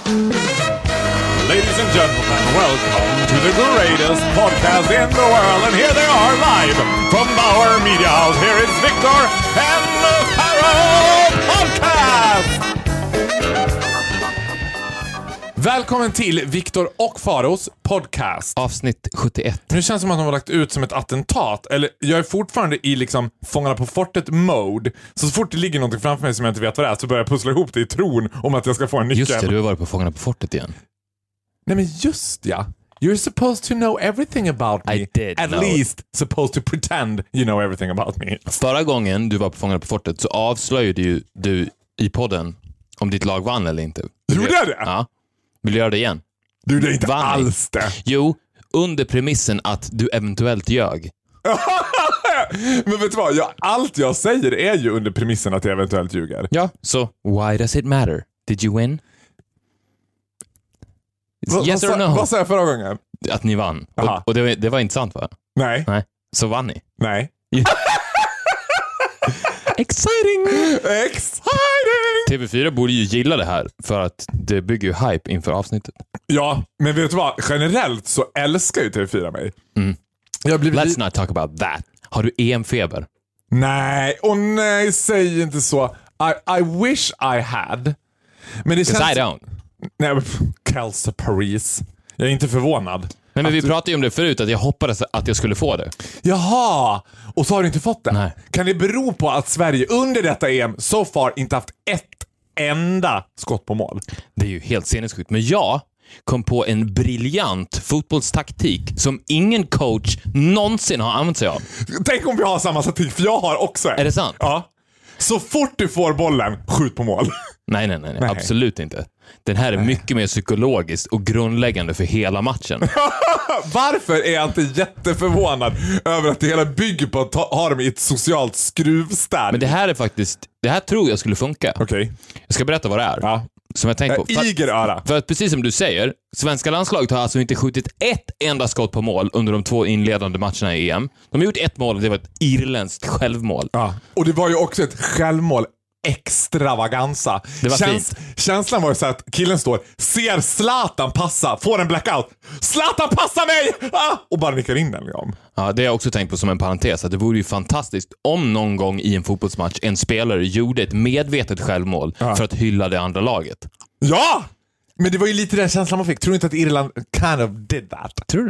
Ladies and gentlemen, welcome to the greatest podcast in the world. And here they are live from Bauer Media House. Here is Victor and the Pharaoh Podcast! Välkommen till Victor och Faros podcast. Avsnitt 71. Nu känns det som att de har lagt ut som ett attentat. Eller jag är fortfarande i liksom Fångarna på fortet mode. Så fort det ligger någonting framför mig som jag inte vet vad det är, så börjar jag pussla ihop det i tron om att jag ska få en nyckel. Just det, du har varit på Fångarna på fortet igen. Nej men just ja. You're supposed to know everything about me. I did At know. least supposed to pretend you know everything about me. Förra gången du var på Fångarna på fortet så avslöjade ju du i podden om ditt lag vann eller inte. Gjorde jag det? Ja. Vill du göra det igen? Du, det är inte Vann alls det. Jo, under premissen att du eventuellt ljög. Men vet du vad? Allt jag säger är ju under premissen att jag eventuellt ljuger. Ja. Så, why does it matter? Did you win? Yes or no? Vad sa jag förra gången? Att ni vann. Aha. Och det var inte sant, va? Nej. Nej. Så vann ni. Nej. Exciting! Exciting! TV4 borde ju gilla det här för att det bygger ju hype inför avsnittet. Ja, men vet du vad? Generellt så älskar ju TV4 mig. Jag har blivit Let's not talk about that. Har du EM-feber? Nej, nej, säg inte så. I wish I had. Men det känns... I don't. Nej, men Kelsa Paris. Jag är inte förvånad. Nej, men vi pratade ju om det förut, att jag hoppades att jag skulle få det. Jaha, och så har du inte fått det. Nej. Kan det bero på att Sverige under detta EM so far inte haft ett enda skott på mål? Det är ju helt sinnessjukt. Men jag kom på en briljant fotbollstaktik som ingen coach någonsin har använt sig av. Tänk om vi har samma taktik, för jag har också en. Är det sant? Ja. Så fort du får bollen, skjut på mål. Nej. Absolut inte. Den här är mycket mer psykologiskt och grundläggande för hela matchen. Varför är jag inte jätteförvånad över att det hela bygger på att ha dem i ett socialt skruvstäd? Men det här är faktiskt, det här tror jag skulle funka. Okej. Jag ska berätta vad det är. Ja. Som jag tänkt på. Igeröra. För att precis som du säger, svenska landslaget har alltså inte skjutit ett enda skott på mål under de 2 inledande matcherna i EM. De har gjort ett mål och det var ett irländskt självmål. Ja. Och det var ju också ett självmål extravaganza. Det var fint. Känslan var ju så att killen står, ser Zlatan passa, får en blackout. Zlatan passa mig! Och bara nickar in den liksom. Ja, det har jag också tänkt på som en parentes, att det vore ju fantastiskt om någon gång i en fotbollsmatch en spelare gjorde ett medvetet självmål för att hylla det andra laget. Ja! Men det var ju lite den känslan man fick. Tror du inte att Irland kind of did that? Tror du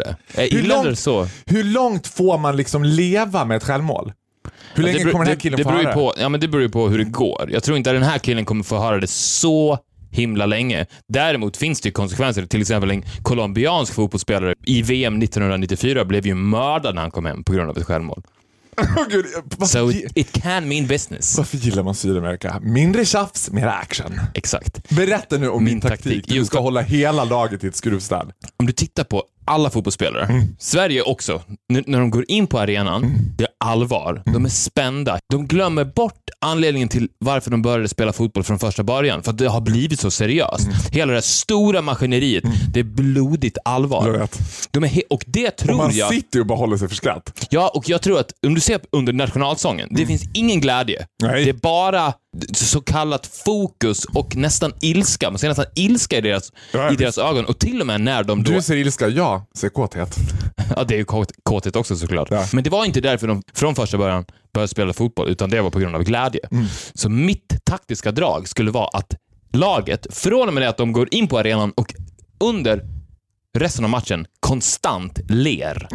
det? Hur långt får man liksom leva med ett självmål? Hur länge kommer den här killen få höra det? Ja, men det beror ju på hur det går. Jag tror inte att den här killen kommer få höra det så himla länge. Däremot finns det ju konsekvenser. Till exempel en colombiansk fotbollsspelare i VM 1994 blev ju mördad när han kom hem på grund av ett självmål. Gud, So it can mean business. Varför gillar man Sydamerika? Mindre tjafs, mer action. Exakt. Berätta nu om min taktik. Du ska hålla hela laget i ett skruvstäd. Om du tittar på alla fotbollsspelare, Sverige också, när de går in på arenan, det är allvar. De är spända. De glömmer bort anledningen till varför de började spela fotboll från första början. För att det har blivit så seriöst. Hela det här maskineriet, det är blodigt allvar. Jag vet. Och det tror och man jag... sitter ju och bara håller sig för skratt. Ja, och jag tror att om du ser under nationalsången, det finns ingen glädje. Nej. Det är bara så kallat fokus och nästan ilska. Man ser nästan ilska i deras ögon. Och till och med när de då... Du ser ilska, jag ser kåthet. Ja, det är ju kåthet också såklart. Ja. Men det var inte därför de från första början började spela fotboll, utan det var på grund av glädje. Så mitt taktiska drag skulle vara att laget, från och med det att de går in på arenan och under resten av matchen konstant ler.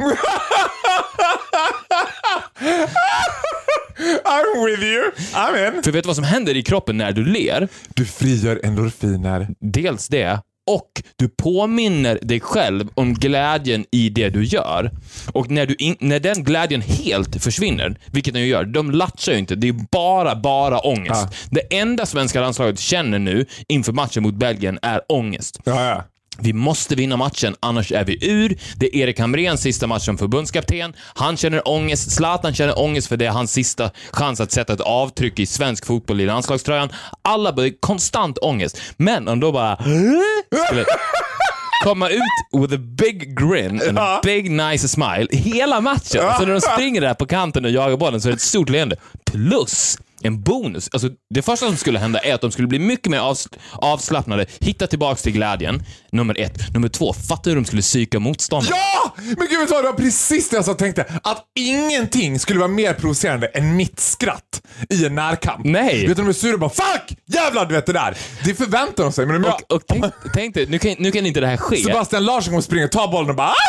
I'm with you. I'm in. För vet du vad som händer i kroppen när du ler? Du frigör endorfiner. Dels det, och du påminner dig själv om glädjen i det du gör. Och när den glädjen helt försvinner, vilket den ju gör, de latchar ju inte, det är bara ångest. Det enda svenska landslaget känner nu inför matchen mot Belgien är ångest. Ja. Vi måste vinna matchen, annars är vi ur. Det är Erik Hamrén sista matchen som förbundskapten. Han känner ångest, Zlatan känner ångest för det är hans sista chans att sätta ett avtryck i svensk fotboll i landslagströjan. Alla börjar konstant ångest. Men om då bara skulle komma ut with a big grin and a big nice smile hela matchen. Så när de springer där på kanten och jagar bollen så är det ett stort leende. Plus en bonus. Alltså, det första som skulle hända är att de skulle bli mycket mer avslappnade, hitta tillbaks till glädjen. Nummer 1. Nummer 2, fatta hur de skulle psyka motståndare. Ja! Men gud, det var precis det jag tänkte. Att ingenting skulle vara mer provocerande än mitt skratt i en närkamp. Nej. Vet du, de är sura bara, fuck! Jävlar, du vet det där. Det förväntar de sig. Men Och tänk dig, nu kan inte det här ske. Sebastian Larsson kommer springa och ta bollen och bara...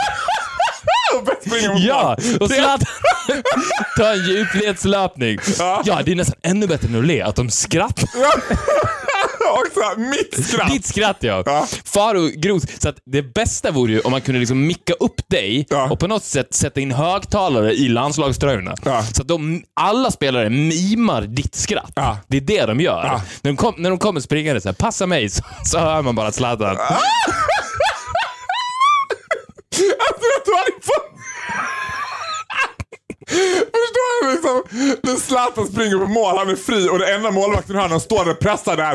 Ja, och Zlatan ta en djupledslöpning. Ja, det är nästan ännu bättre än att le, att de skrattar. Också mitt skratt. Ditt skratt, ja. Faro Gros. Så att det bästa vore ju om man kunde liksom micka upp dig och på något sätt sätta in högtalare i landslagströjorna. Så att alla spelare mimar ditt skratt. Det är det de gör. När de kommer springande så här, passa mig, så hör man bara Zlatan. Förstår du liksom? När Zlatan springer på mål, han är fri och det enda målvakten han står där pressad där.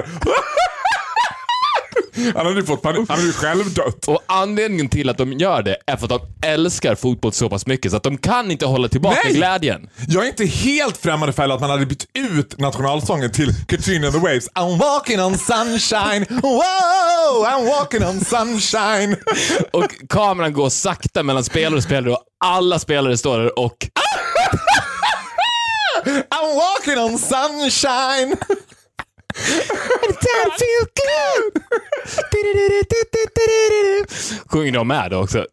Han hade ju fått panik, han hade ju själv dött. Och anledningen till att de gör det är för att de älskar fotboll så pass mycket så att de kan inte hålla tillbaka glädjen. Jag är inte helt främmande för att man hade bytt ut nationalsången till Katrina and the Waves. I'm walking on sunshine, wow, I'm walking on sunshine. Och kameran går sakta mellan spelare och spelare och alla spelare står där och I'm walking on sunshine. I feel good. Sjunger de med då också?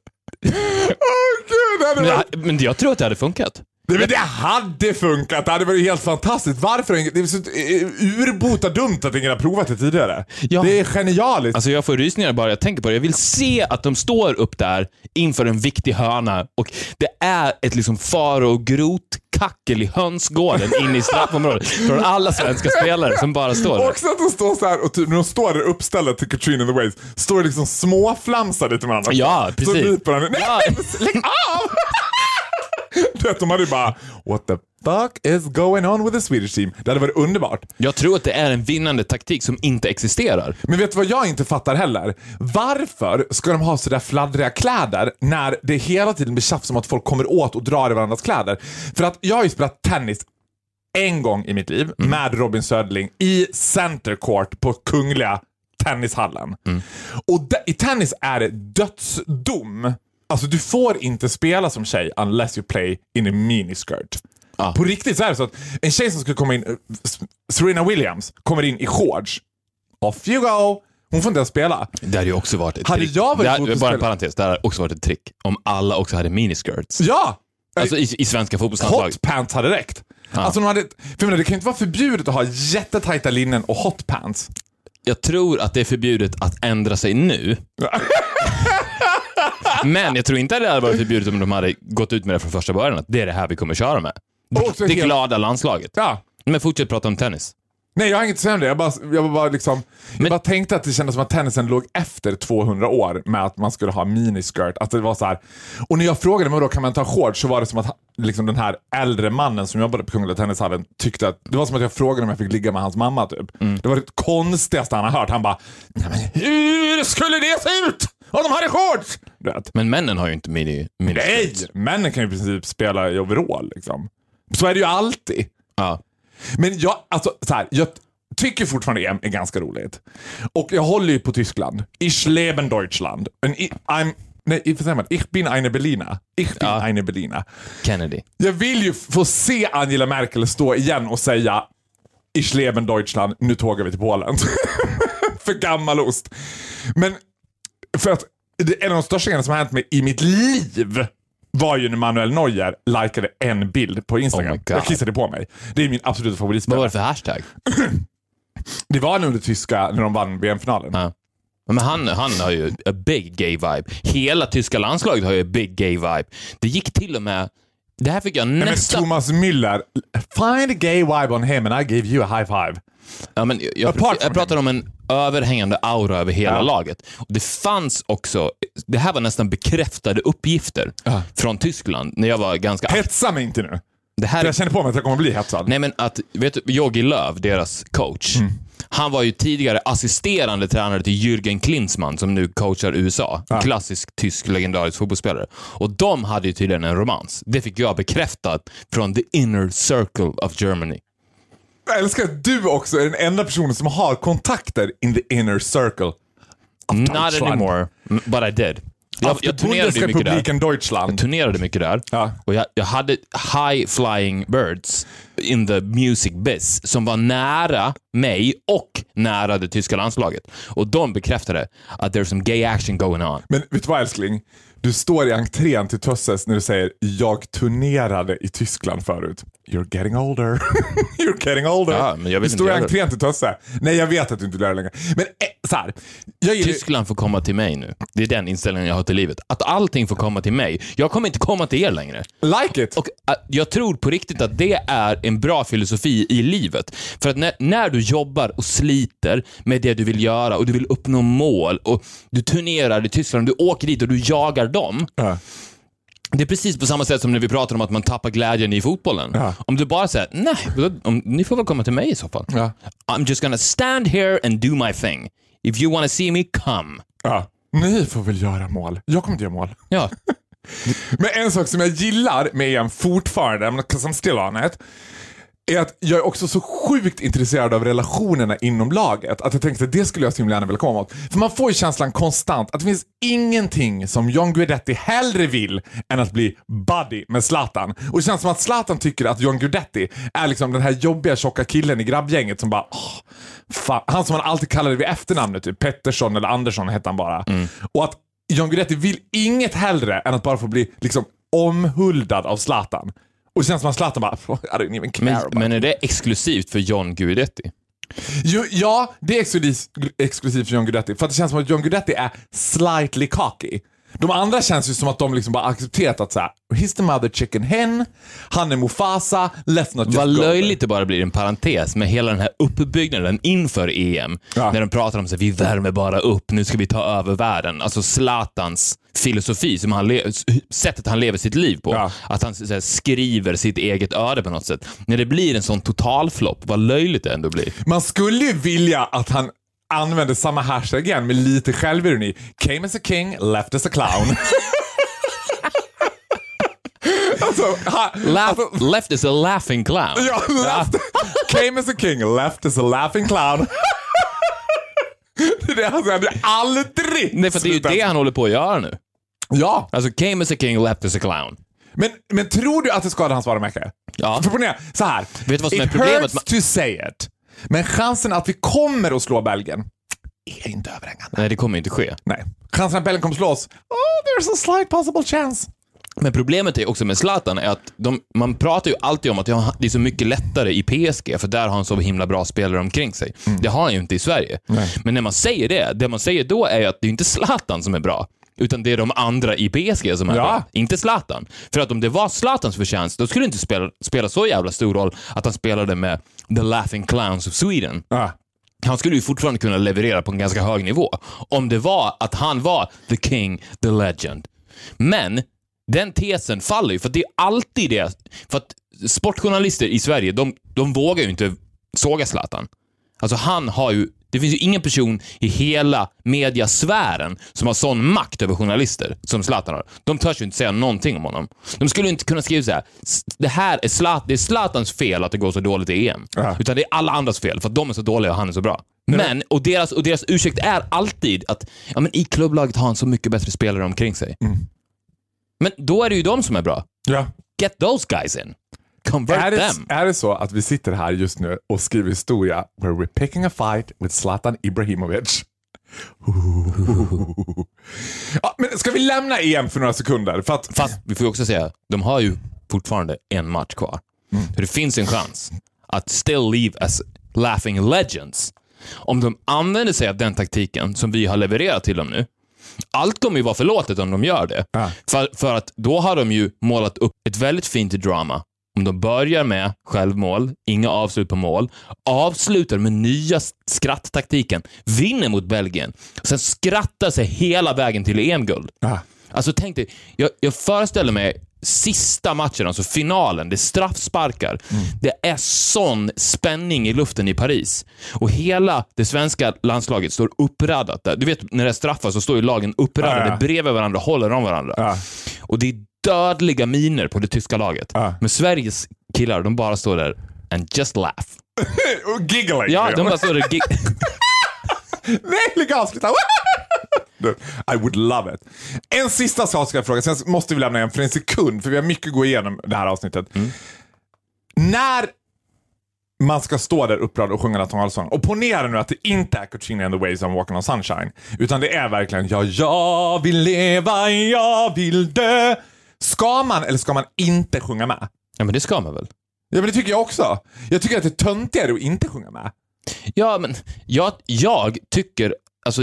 Men jag tror att det hade funkat. Men det hade funkat, det hade varit helt fantastiskt. Varför? Det är så urbota dumt att ingen har provat det tidigare. Ja. Det är genialiskt. Alltså jag får rysningar bara jag tänker på det. Jag vill se att de står upp där inför en viktig hörna och det är ett liksom Faro och Groth-kackel i hönsgården inne i straffområdet från alla svenska spelare som bara står där. Också att de står så här och typ när de står där uppställda till Katrina and the Waves står det liksom småflamsade till varandra. Ja, precis. Nej, lägg av! De hade ju bara, what the fuck is going on with the Swedish team? Det hade varit underbart. Jag tror att det är en vinnande taktik som inte existerar. Men vet du vad jag inte fattar heller? Varför ska de ha så där fladdriga kläder när det hela tiden blir tjafs om att folk kommer åt och drar i varandras kläder? För att jag har ju spelat tennis en gång i mitt liv med Robin Söderling i Center Court på Kungliga Tennishallen. Och i tennis är det dödsdom. Alltså du får inte spela som tjej unless you play in a miniskirt. På riktigt så är det så att en tjej som skulle komma in, Serena Williams, kommer in i shorts. Off you go. Hon får inte ens spela. Det hade ju också varit ett trick. Bara en parentes, det hade också varit ett trick. Om alla också hade miniskirts. Ja! Alltså i svenska fotbollslandslag. Hot pants hade räckt. Alltså de hade, för det kan ju inte vara förbjudet att ha jättetajta linnen och hot pants. Jag tror att det är förbjudet att ändra sig nu. Men jag tror inte att det hade varit förbjudet om de hade gått ut med det från första början. Att det är det här vi kommer köra med. Det glada landslaget. Ja. Men fortsätt prata om tennis. Nej, jag har inget att säga om det. Jag bara tänkte att det kändes som att tennisen låg efter 200 år med att man skulle ha miniskirt. Att det var så här. Och när jag frågade mig då kan man ta shorts, så var det som att liksom den här äldre mannen som jobbade på Kungliga Tennishallen tyckte att det var som att jag frågade om jag fick ligga med hans mamma typ. Det var det konstigaste han har hört. Han bara, nej men hur skulle det se ut om de hade shorts? Men männen har ju inte miniskirt. Nej, männen kan ju i princip spela i overall liksom. Så är det ju alltid. Ja. Men jag tycker fortfarande det är ganska roligt. Och jag håller ju på Tyskland. Ich leben Deutschland. Ich bin eine Berliner. Eine Berliner. Kennedy. Jag vill ju få se Angela Merkel stå igen och säga Ich leben Deutschland, nu tågar vi till Polen. För gammal ost. Men för att en av de största grejerna som har hänt mig i mitt liv var ju när Manuel Neuer likade en bild på Instagram. Jag kissade på mig. Det är min absoluta favoritspelare. Vad var det för hashtag? Det var nog det tyska när de vann VM-finalen. Ja. Men han har ju a big gay vibe. Hela tyska landslaget har ju a big gay vibe. Det gick till och med... Det här fick jag nästan... Men Thomas Müller, find a gay vibe on him and I gave you a high five. Ja, men jag pratar om en överhängande aura över hela laget. Och det fanns också, det här var nästan bekräftade uppgifter från Tyskland när jag var ganska... Hetsa mig inte nu. Det här... Jag känner på mig att jag kommer bli hetsad. Nej, men att, vet du, Jogi Löw, deras coach, han var ju tidigare assisterande tränare till Jürgen Klinsmann som nu coachar USA. Klassisk tysk legendarisk fotbollsspelare. Och de hade ju tydligen en romans. Det fick jag bekräftat från the inner circle of Germany. Jag älskar att du också är den enda personen som har kontakter in the inner circle of Not Deutschland. anymore, but I did. Jag turnerade ju mycket där. Deutschland. Jag turnerade mycket där. Ja. Och jag hade high flying birds in the music biz som var nära mig och nära det tyska landslaget. Och de bekräftade att there's some gay action going on. Men vet du vad, älskling? Du står i entrén till Tösses när du säger jag turnerade i Tyskland förut. You're getting older. You're getting older. Ja, men jag vet du står i inte entrén till Tösse. Nej, jag vet att du inte lär längre. Men så här. Tyskland får komma till mig nu. Det är den inställningen jag har till livet. Att allting får komma till mig. Jag kommer inte komma till er längre. Like it. Och jag tror på riktigt att det är en bra filosofi i livet. För att när du jobbar och sliter med det du vill göra och du vill uppnå mål och du turnerar i Tyskland, du åker dit och du jagar dem. Det är precis på samma sätt som när vi pratar om att man tappar glädjen i fotbollen. Ja. Om du bara säger, nej, ni får väl komma till mig i så fall. Ja. I'm just gonna stand here and do my thing. If you wanna see me, come. Ja. Ni får väl göra mål. Jag kommer inte göra mål. Ja. Men en sak som jag gillar med EM fortfarande, because I'm still on it, är att jag är också så sjukt intresserad av relationerna inom laget att jag tänkte att det skulle jag så himla gärna vilja komma åt. För man får ju känslan konstant att det finns ingenting som John Guidetti hellre vill än att bli buddy med Zlatan. Och det känns som att Zlatan tycker att John Guidetti är liksom den här jobbiga tjocka killen i grabbgänget som bara fan. Han som man alltid kallade vid efternamnet, typ Pettersson eller Andersson hette han bara. Och att John Guidetti vill inget hellre än att bara få bli liksom omhuldad av Zlatan. Och det känns som att Zlatan bara, I don't even care about Men är det exklusivt för John Guidetti? Ja, det är exklusivt för John Guidetti. För att det känns som att John Guidetti är slightly cocky. De andra känns ju som att de liksom bara accepterat att så här, he's the mother chicken hen, han är Mufasa, let's not just Vad go löjligt det bara blir en parentes med hela den här uppbyggnaden inför EM. Ja. När de pratar om att vi värmer bara upp, nu ska vi ta över världen. Alltså Zlatans filosofi, som sättet han lever sitt liv på. Ja. Att han så här, skriver sitt eget öde på något sätt. När det blir en sån totalflopp, vad löjligt det ändå blir. Man skulle ju vilja att han använder samma hashtag igen med lite självironi. Came as a king, left as a clown. Left is a laughing clown. Ja, came as a king, left as a laughing clown. Det hade aldrig. Nej, för det är ju det han håller på att göra nu. Ja. Alltså, came as a king, left as a clown. Men tror du att det skadar hans varumärke? Ja. För så här. Vet du vad som är It problemet? hurts to say it. Men chansen att vi kommer att slå Belgien är inte överhängande. Nej, det kommer inte ske. Nej. Chansen att Belgien kommer slås, there's a slight possible chance. Men problemet är också med Zlatan är att man pratar ju alltid om att det är så mycket lättare i PSG för där har han så himla bra spelare omkring sig. Det har han ju inte i Sverige. Nej. Men när man säger det man säger då är ju att det är inte Zlatan som är bra, utan det är de andra i PSG som är bra. Inte Zlatan. För att om det var Zlatans förtjänst, då skulle det inte spela så jävla stor roll att han spelade med The Laughing Clowns of Sweden. Han skulle ju fortfarande kunna leverera på en ganska hög nivå om det var att han var the king, the legend. Men den tesen faller ju, för det är alltid det. För att sportjournalister i Sverige, de vågar ju inte såga Zlatan. Alltså han har ju, det finns ju ingen person i hela mediasfären som har sån makt över journalister som Zlatan har. De törs ju inte säga någonting om honom. De skulle inte kunna skriva så här: det är Zlatans fel att det går så dåligt i EM. Utan det är alla andras fel för att de är så dåliga och han är så bra. Men, och deras ursäkt är alltid att men i klubblaget har han så mycket bättre spelare omkring sig. Men då är det ju de som är bra. Ja. Get those guys in. Convert them. Är det så att vi sitter här just nu och skriver historia where we're picking a fight with Zlatan Ibrahimovic? Ja, men ska vi lämna EM för några sekunder? Fast vi får ju också säga, de har ju fortfarande en match kvar. Så det finns en chans att still leave as laughing legends. Om de använder sig av den taktiken som vi har levererat till dem nu. Allt kommer ju vara förlåtet om de gör det. För att då har de ju målat upp ett väldigt fint drama. Om de börjar med självmål, inga avslut på mål, avslutar med nya skratttaktiken, vinner mot Belgien, sen skrattar sig hela vägen till EM-guld. Alltså tänk dig, jag föreställer mig sista matchen, alltså finalen, det är straffsparkar. Det är sån spänning i luften i Paris. Och hela det svenska landslaget står uppraddat där. Du vet, när det straffar så står ju lagen uppraddade bredvid varandra, håller om varandra. Och det är dödliga miner på det tyska laget. Men Sveriges killar, de bara står där and just laugh. Och giggling. Ja, de bara står och Nej, lägg avsluta. I would love it. En sista sak ska jag fråga, sen måste vi lämna igen för en sekund, för vi har mycket att gå igenom det här avsnittet. När man ska stå där upprörd och sjunga nationalsång, och ponera nu att det inte är Katrina and the Waves on Walking on Sunshine, utan det är verkligen jag vill leva, jag vill dö. Ska man eller ska man inte sjunga med? Ja, men det ska man väl? Ja, men det tycker jag också. Jag tycker att det är töntigare att inte sjunga med. Ja, men jag tycker, alltså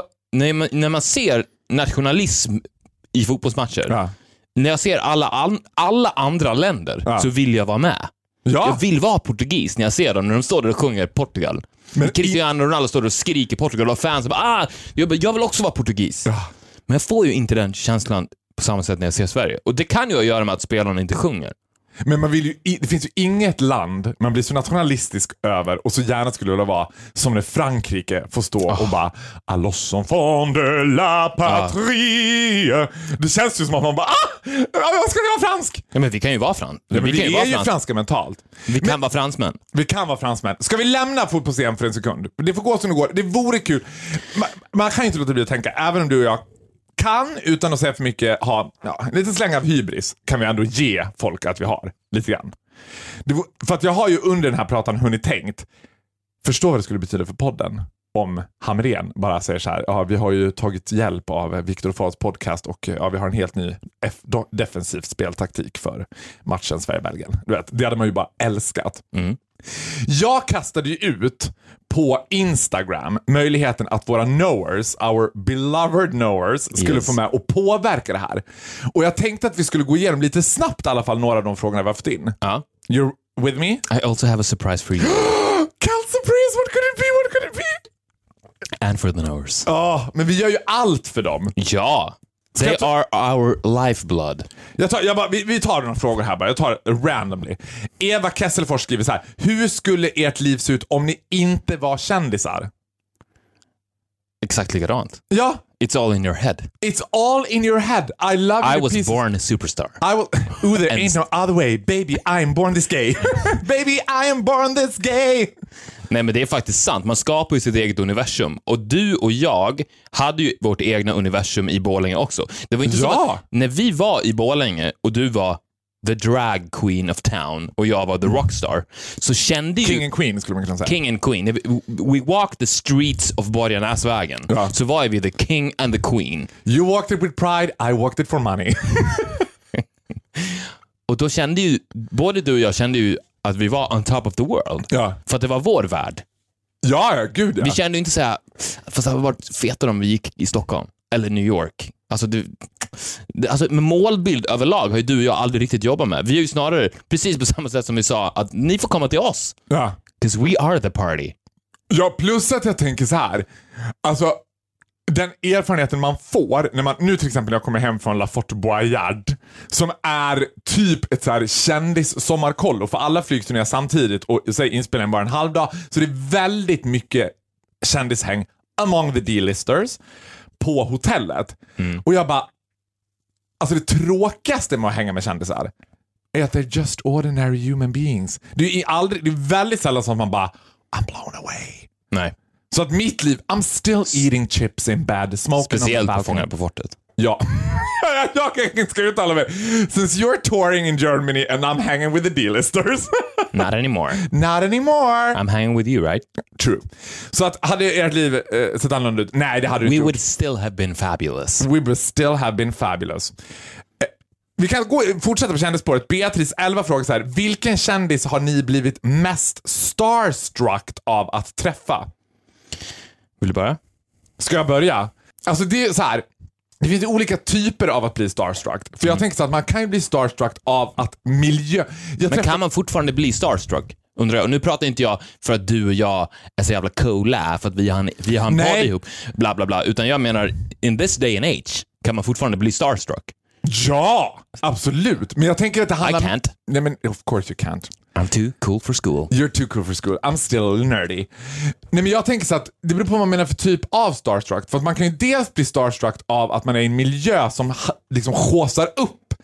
när man ser nationalism i fotbollsmatcher, när jag ser alla andra länder, så vill jag vara med. Ja. Jag vill vara portugis när jag ser dem, när de står där och sjunger Portugal. Men Cristiano Ronaldo står där och skriker Portugal, och fans bara, jag vill också vara portugis. Ja. Men jag får ju inte den känslan på samma sätt när jag ser Sverige. Och det kan ju göra med att spelarna inte sjunger. Men man vill ju, det finns ju inget land man blir så nationalistisk över och så gärna skulle det vara som när Frankrike får stå och bara Allons som fond de la patrie. Det känns ju som att man bara jag ska vara fransk. Ja, men vi kan ju vara fransk. Ja, vi är ju franska mentalt. Vi kan vara fransmän. Vi kan vara fransmän. Ska vi lämna fotbollscen för en sekund? Det får gå som det går. Det vore kul. Man kan ju inte låta bli att tänka, även om du och jag kan, utan att säga för mycket, ha lite släng av hybris, kan vi ändå ge folk att vi har lite grann. För att jag har ju under den här pratan hunnit tänkt, förstå vad det skulle betyda för podden om Hamrén bara säger så här: vi har ju tagit hjälp av Viktor Fahls podcast och vi har en helt ny defensiv speltaktik för matchen Sverige-Belgien. Du vet, det hade man ju bara älskat. Jag kastade ju ut på Instagram möjligheten att våra knowers, our beloved knowers, skulle få med och påverka det här. Och jag tänkte att vi skulle gå igenom lite snabbt i alla fall några av de frågorna vi har fått in. You're with me? I also have a surprise for you. Can't surprise, what could it be? What could it be? And for the knowers. Men vi gör ju allt för dem. Ja. They are our lifeblood. Vi tar några frågor här bara. Jag tar randomly. Eva Kesselfors skriver så här: hur skulle ert liv se ut om ni inte var kändisar? Exakt likadant. Ja. It's all in your head. It's all in your head. I love I was born a superstar. There ain't no other way. Baby, I am born this gay. Baby, I am born this gay. Nej, men det är faktiskt sant. Man skapar ju sitt eget universum. Och du och jag hade ju vårt egna universum i Borlänge också. Det var inte så att när vi var i Borlänge och du var the drag queen of town och jag var the rockstar, så kände ju... King and Queen skulle man kunna säga. King and Queen. We walked the streets of Borgarnäsvägen. Så var vi the king and the queen. You walked it with pride, I walked it for money. Och då kände ju, både du och jag kände ju att vi var on top of the world. För att det var vår värld. Ja, gud ja. Vi kände ju inte såhär, fast det hade varit fetare om vi gick i Stockholm eller New York. Alltså med målbild överlag har ju du och jag aldrig riktigt jobbat med. Vi är ju snarare precis på samma sätt som vi sa att ni får komma till oss. Ja. 'Cause we are the party. Ja, plus att jag tänker så här. Alltså, den erfarenheten man får när man, nu till exempel jag kommer hem från La Forte Boyard, som är typ ett så här kändis-sommarkollo för alla flygturnéer samtidigt och säg inspelningen bara en halv dag, så det är väldigt mycket kändishäng among the D-listers på hotellet. Och jag bara, alltså det tråkigaste med att hänga med kändisar är att they're just ordinary human beings. Det är väldigt sällan som man bara I'm blown away. Nej. Så att mitt liv, I'm still eating chips in bed, smoking speciellt på Fångarna på fortet. Ja. Jag kan inte skriva ut alla med. Since you're touring in Germany and I'm hanging with the D-listers. Not anymore. Not anymore. I'm hanging with you, right? True. Så att hade ert liv sett annorlunda ut? Nej, det hade det inte. We would still have been fabulous. We would still have been fabulous. Vi kan fortsätta på kändisspåret. Beatrice 11 frågar så här: vilken kändis har ni blivit mest starstruck av att träffa? Vill du börja? Ska jag börja? Alltså det är så här. Det finns olika typer av att bli starstruck. För jag tänker så att man kan ju bli starstruck av att Men kan man fortfarande bli starstruck? Undrar jag. Och nu pratar inte jag för att du och jag är så jävla coola för att vi har en podd ihop, bla bla bla, utan jag menar in this day and age kan man fortfarande bli starstruck. Ja, absolut. Men jag tänker att det handlar... I can't. Nej, men of course you can't. I'm too cool for school. You're too cool for school. I'm still nerdy. Nej, men jag tänker så att det beror på vad man menar för typ av starstruck. För att man kan ju dels bli starstruck av att man är i en miljö som liksom håsar upp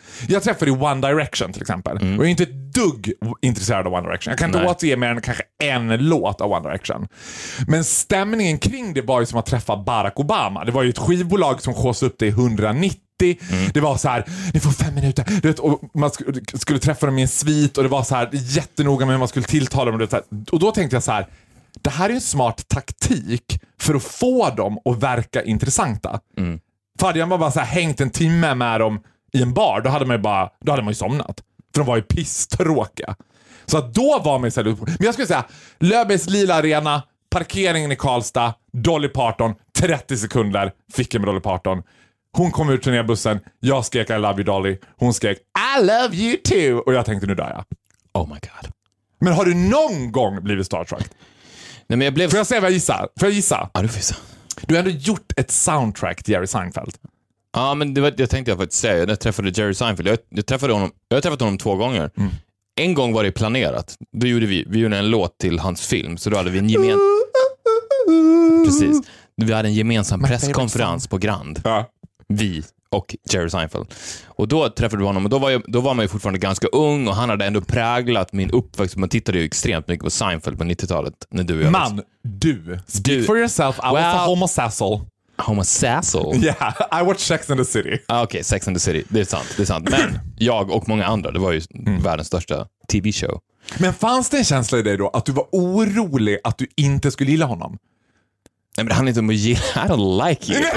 Jag träffade One Direction till exempel. Och jag är inte ett dugg intresserad av One Direction. Jag kan inte återge mer än kanske en låt av One Direction. Men stämningen kring det var ju som att träffa Barack Obama. Det var ju ett skivbolag som skjutsade upp det i 190. Det var så här, ni får 5 minuter. Du vet, och man skulle träffa dem i en svit och det var så här jättenoga med hur man skulle tilltala dem. Och då tänkte jag så här, det här är en smart taktik för att få dem att verka intressanta. För hade jag bara så här hängt en timme med dem i en bar, då hade man ju somnat. För de var ju pisstråkiga. Så att då var man ju så här, men jag skulle säga Löfbergs Lila Arena, parkeringen i Karlstad, Dolly Parton, 30 sekunder fick jag med Dolly Parton. Hon kom ut turnébussen, jag skrek I love you Dolly, hon skrek I love you too, och jag tänkte nu dör jag. Oh my god. Men har du någon gång blivit starstruck? Nej, men jag blev... Får jag säga vad jag gissar? Får jag gissa? Ja, du får gissa. Du har ändå gjort ett soundtrack till Jerry Seinfeld. Ja, men det var, jag tänkte jag faktiskt säga. Jag träffade Jerry Seinfeld. Jag har träffat honom 2 gånger. En gång var det planerat. Då gjorde vi gjorde en låt till hans film. Så då hade vi en Precis. Vi hade en gemensam presskonferens på Grand. Ja. Vi och Jerry Seinfeld. Och då träffade vi honom. Och då var man ju fortfarande ganska ung. Och han hade ändå präglat min uppväxt. Man tittade ju extremt mycket på Seinfeld på 90-talet. När du och jag du. Speak for yourself. I was a homosexual. Homosexual? Yeah, I watched Sex and the City. Okej, Sex and the City. Det är sant. Men jag och många andra, det var ju världens största TV-show. Men fanns det en känsla i dig då att du var orolig att du inte skulle gilla honom? Nej, men det handlar inte om att gilla. I don't like you.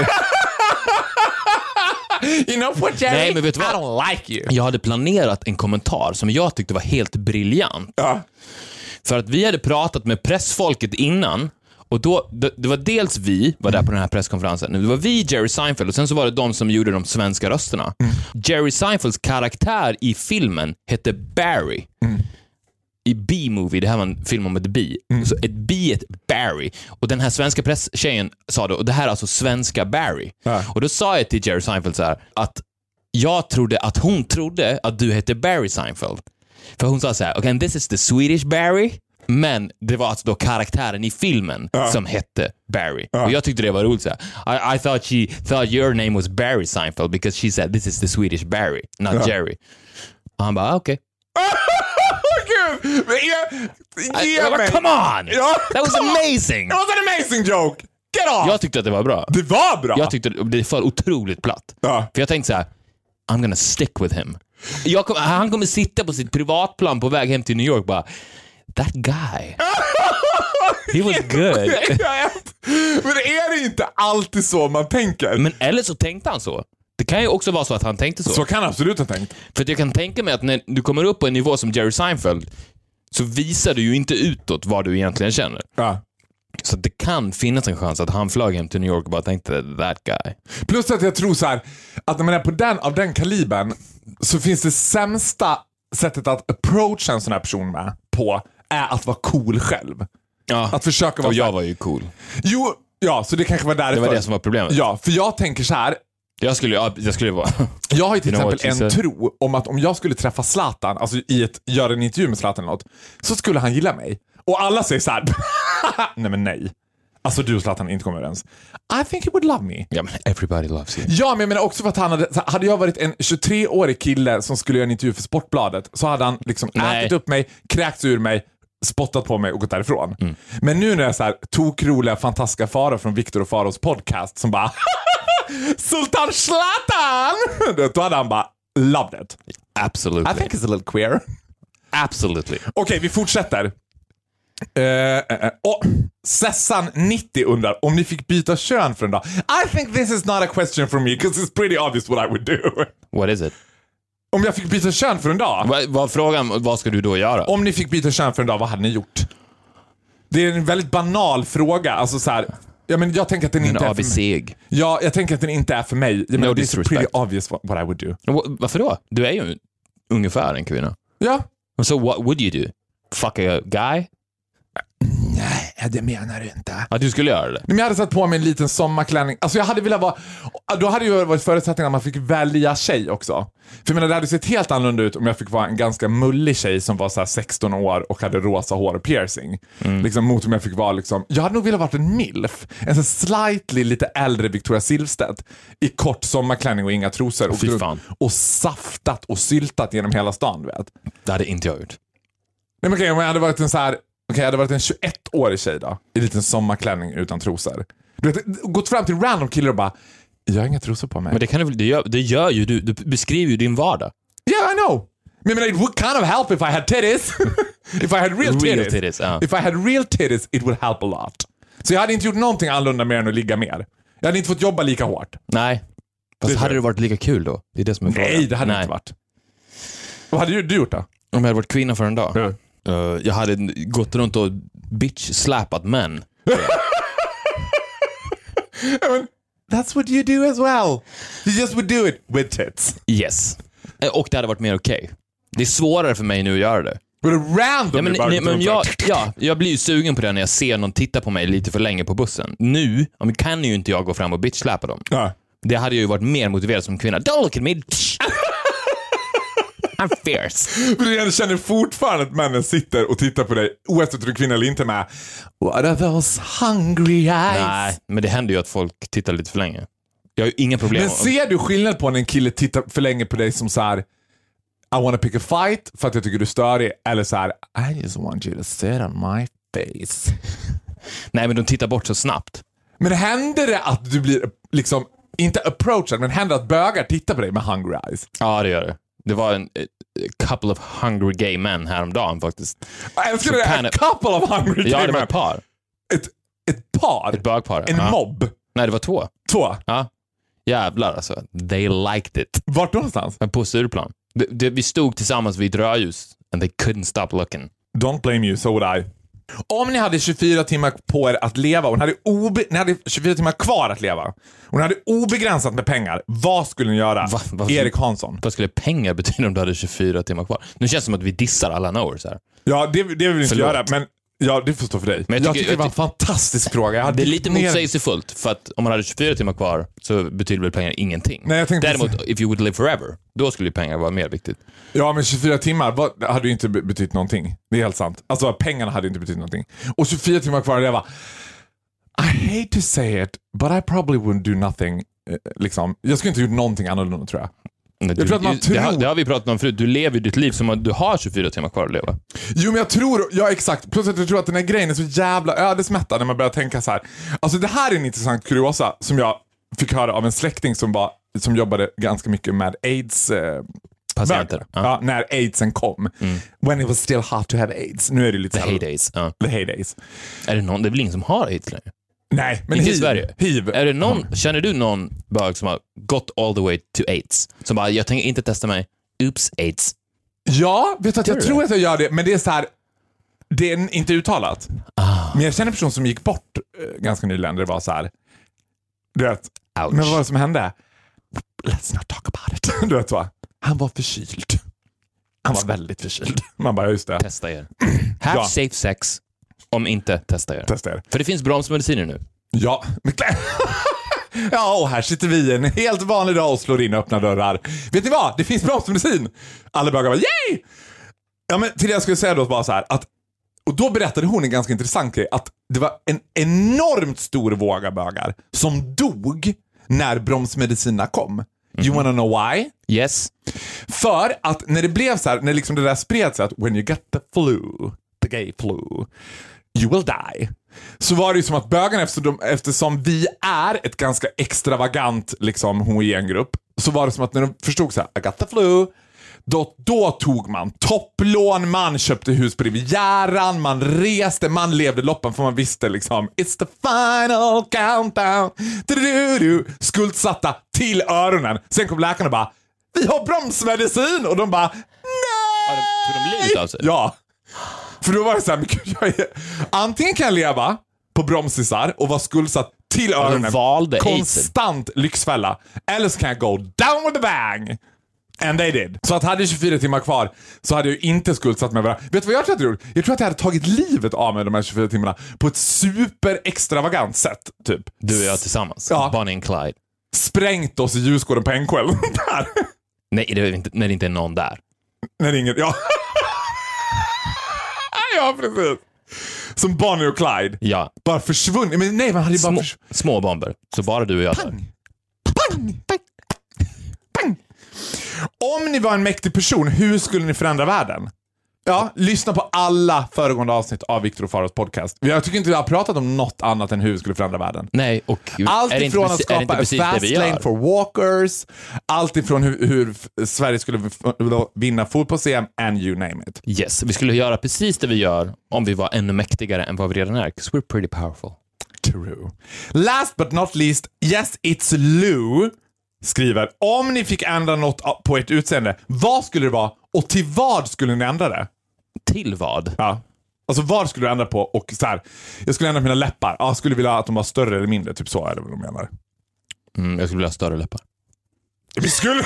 You know what, Jerry? Nej, men vet du vad? I don't like you. Jag hade planerat en kommentar som jag tyckte var helt briljant. Ja. För att vi hade pratat med pressfolket innan. Och då, det var dels vi var där på den här presskonferensen. Det var vi, Jerry Seinfeld, och sen så var det de som gjorde de svenska rösterna. Jerry Seinfelds karaktär i filmen hette Barry. I B-movie, det här var en film om ett bi. Så ett bi är ett Barry. Och den här svenska presstjejen sa då, och det här är alltså svenska Barry. Och då sa jag till Jerry Seinfeld så här, att jag trodde att hon trodde att du hette Barry Seinfeld. För hon sa så här, okay, this is the Swedish Barry. Men det var alltså då karaktären i filmen som hette Barry. Och jag tyckte det var roligt så här. I thought she thought your name was Barry Seinfeld because she said this is the Swedish Barry, not Jerry. Och han bara, okej. Come on! That was amazing! It was an amazing joke! Get off! Jag tyckte att det var bra. Det var bra! Jag tyckte det föll otroligt platt. För jag tänkte så här, I'm gonna stick with him. Han kommer sitta på sitt privatplan på väg hem till New York bara, that guy. He was good. Men är det inte alltid så man tänker? Men eller så tänkte han så. Det kan ju också vara så att han tänkte så. Så kan han absolut ha tänkt. För att jag kan tänka mig att när du kommer upp på en nivå som Jerry Seinfeld så visar du ju inte utåt vad du egentligen känner. Ja. Så det kan finnas en chans att han flög hem till New York och bara tänkte, that guy. Plus att jag tror så här, att när man är på av den kalibern så finns det sämsta sättet att approacha en sån här person med på är att vara cool själv. Ja. Att försöka vara. Och jag var ju cool. Jo, ja, så det kanske var därför. Det var det som var problemet. Ja, för jag tänker så här. Jag skulle vara. Jag har ju till exempel en tro om att om jag skulle träffa Zlatan, alltså göra en intervju med Zlatan eller något, så skulle han gilla mig. Och alla säger så här. Nej men nej. Alltså du och Zlatan inte kommer överens. I think he would love me. Ja, men everybody loves you. Ja, men jag menar också för att han hade jag varit en 23-årig kille som skulle göra en intervju för Sportbladet, så hade han liksom ätit upp mig, kräkts ur mig, spottat på mig och gått därifrån. Men nu när jag är så här tokroliga, fantastiska faror från Viktor och Faros podcast som bara Sultan Zlatan! Då hade han bara loved it. Absolutely. I think it's a little queer. Absolutely. Okej, vi fortsätter. Sessan 90 undrar om ni fick byta kön för en dag. I think this is not a question for me because it's pretty obvious what I would do. What is it? Om jag fick byta kön för en dag. Vad frågan, vad ska du då göra? Om ni fick byta kön för en dag, vad hade ni gjort? Det är en väldigt banal fråga. Alltså så här, ja, men jag tänker att den inte är för mig. Ja, jag tänker att den inte är för mig. No, it's pretty obvious what I would do. Varför då? Du är ju ungefär en kvinna. Ja. So what would you do? Fuck a guy? Nej, det menar du inte. Att du skulle göra det? Men jag hade satt på mig en liten sommarklänning. Alltså jag hade velat vara... Då hade ju varit förutsättningen att man fick välja tjej också. För jag menar, det hade sett helt annorlunda ut om jag fick vara en ganska mullig tjej som var så här 16 år och hade rosa hår och piercing. Liksom mot om jag fick vara liksom... Jag hade nog velat vara en milf. En så slightly lite äldre Victoria Silvstedt i kort sommarklänning och inga trosor. Och saftat och syltat genom hela stan, du vet. Det hade inte jag gjort. Nej, men okej, om jag hade varit en så här... Okej, jag hade varit en 21-årig tjej då. I en liten sommarklänning utan trosor. Du vet, gått fram till random killar och bara... Jag har inga trosor på mig. Men det gör ju du. Du beskriver ju din vardag. Yeah, I know. Men it would kind of help if I had titties. If I had real titties. If I had real titties, it would help a lot. Så jag hade inte gjort någonting annorlunda mer än att ligga mer. Jag hade inte fått jobba lika hårt. Nej. Fast hade det varit lika kul då? Det är det som är frågan. Nej, det hade inte varit. Vad hade du gjort då? Om jag hade varit kvinna för en dag? Ja. Jag hade gått runt och bitch-slappat män. That's what you do as well. You just would do it with tits. Yes. Och det hade varit mer okej. Det är svårare för mig nu att göra det. Jag blir ju sugen på det när jag ser någon titta på mig lite för länge på bussen. Nu kan ju inte jag gå fram och bitch-slappa dem. Det hade ju varit mer motiverat som kvinna. Don't look at me. I'm fierce. För jag känner fortfarande att männen sitter och tittar på dig oavsett om du är kvinna eller inte med. What are those hungry eyes? Nej, men det händer ju att folk tittar lite för länge. Jag har ju inga problem. Men ser du skillnad på när en kille tittar för länge på dig som så här: I wanna pick a fight för att jag tycker du är störig, eller så här: I just want you to sit on my face? Nej, men de tittar bort så snabbt. Men händer det att du blir liksom inte approachad, men händer att bögar tittar på dig med hungry eyes? Ja, det gör det. Det var en couple of hungry gay men häromdagen faktiskt. Jag älskar det, a couple of hungry gay men. Ja, det var ett par. Ett par? Ett bögpar. En mobb? Nej, det var två. Två? Ja. Jävlar alltså. They liked it. Vart någonstans? På Stureplan. Vi stod tillsammans vid ett rödljus and they couldn't stop looking. Don't blame you, so would I. Om ni hade 24 timmar på er att leva och ni hade 24 timmar kvar att leva och ni hade obegränsat med pengar, vad skulle ni göra? Erik Hansson. Vad skulle pengar betyda om du hade 24 timmar kvar? Nu känns det som att vi dissar alla knowers här. Ja, det vill vi inte göra, men ja, det får stå för dig. Men jag tycker det var en fantastisk fråga. Det är lite motsägelsefullt, för att om man hade 24 timmar kvar så betyder väl pengar ingenting. Nej, däremot, if you would live forever, då skulle pengar vara mer viktigt. Ja, men 24 timmar hade ju inte betytt någonting. Det är helt sant. Alltså, pengarna hade inte betytt någonting. Och 24 timmar kvar, det var... I hate to say it, but I probably wouldn't do nothing. Liksom. Jag skulle inte gjort någonting annorlunda, tror jag. Jag tror att man tror... det har vi pratat om förut. Du lever ditt liv som att du har 24 timmar kvar att leva. Jo, men jag tror... Ja, exakt. Plus att jag tror att den här grejen är så jävla ödesmättad när man börjar tänka så här. Alltså, det här är en intressant kuriosa som jag fick höra av en släkting som jobbade ganska mycket med AIDS... patienter. Ja, när AIDSen kom. When it was still hot to have AIDS. Nu är det lite... The heydays. The heydays. Är det någon... Det är väl ingen som har AIDS längre? Nej, men inte i Sverige. HIV. Är det någon... Känner du någon bög som har gått all the way to AIDS? Som bara, jag tänker inte testa mig. Oops, AIDS. Ja, vet du att jag tror att jag gör det. Men det är så här... Det är inte uttalat. Men jag känner en person som gick bort ganska nyligen. Det var så här... Du vet... Ouch. Men vad var det som hände? Let's not talk about it. Du vet så. Han var förkyld. Han var väldigt förkyld. Man bara, just det. Testa er. Have safe sex. Om inte, testa er. Testa er. För det finns bromsmediciner nu. Ja. Ja, och här sitter vi en helt vanlig dag och slår in och öppnar dörrar. Vet ni vad? Det finns bromsmedicin. Alla bögar bara, yay! Ja, men till det jag skulle säga då bara så här att, och då berättade hon en ganska intressant grej, att det var en enormt stor våg av bögar som dog när bromsmedicinerna kom. You wanna know why? Yes. För att när det blev så här, när liksom det där spred sig att when you get the flu, the gay flu, you will die. Så var det ju som att bögarna, eftersom vi är ett ganska extravagant liksom homogen grupp, så var det som att när de förstod så här, I got the flu, då tog man topplån, man köpte hus på Rivieran, man reste, man levde loppen för man visste liksom it's the final countdown, skuldsatta till öronen. Sen kom läkarna och bara, vi har bromsmedicin, och de bara, nej! Tog de livet av sig? Ja. För då var det så här, men gud, antingen kan jag leva på bromsisar och vara skuldsatt till öronen, konstant lyxfälla, eller så kan jag go down with the bang. And they did. Så att hade jag 24 timmar kvar så hade jag inte skuldsatt mig. Vet du vad jag tror att jag gjorde? Jag tror att jag hade tagit livet av mig de här 24 timmarna på ett super extravagant sätt, typ. Du och jag tillsammans. Ja. Bonnie and Clyde. Sprängt oss i ljusgården på NKL. Där. Nej, det är inte, när det inte är någon där. När det är inget... Ja. Ja, precis. Som Bonnie och Clyde. Ja. Bara försvunnit. Men nej, man hade ju bara små bomber. Så bara du och jag där. Pang! Pang! Pang! Om ni var en mäktig person, hur skulle ni förändra världen? Ja, lyssna på alla föregående avsnitt av Viktor och Faros podcast. Jag tycker inte vi har pratat om något annat än hur vi skulle förändra världen. Nej, och allt ifrån att skapa en fast lane for walkers, allt ifrån hur Sverige skulle vinna fotbolls-EM, and you name it. Yes, vi skulle göra precis det vi gör om vi var ännu mäktigare än vad vi redan är. 'Cause we're pretty powerful. True. Last but not least, yes, it's Lou skriver, om ni fick ändra något på ert utseende, vad skulle det vara och till vad skulle ni ändra det? Till vad? Ja. Alltså vad skulle du ändra på? Och så här, jag skulle ändra mina läppar. Jag skulle vilja att de var större eller mindre. Typ så är det vad de menar. Jag skulle vilja ha större läppar. Vi skulle...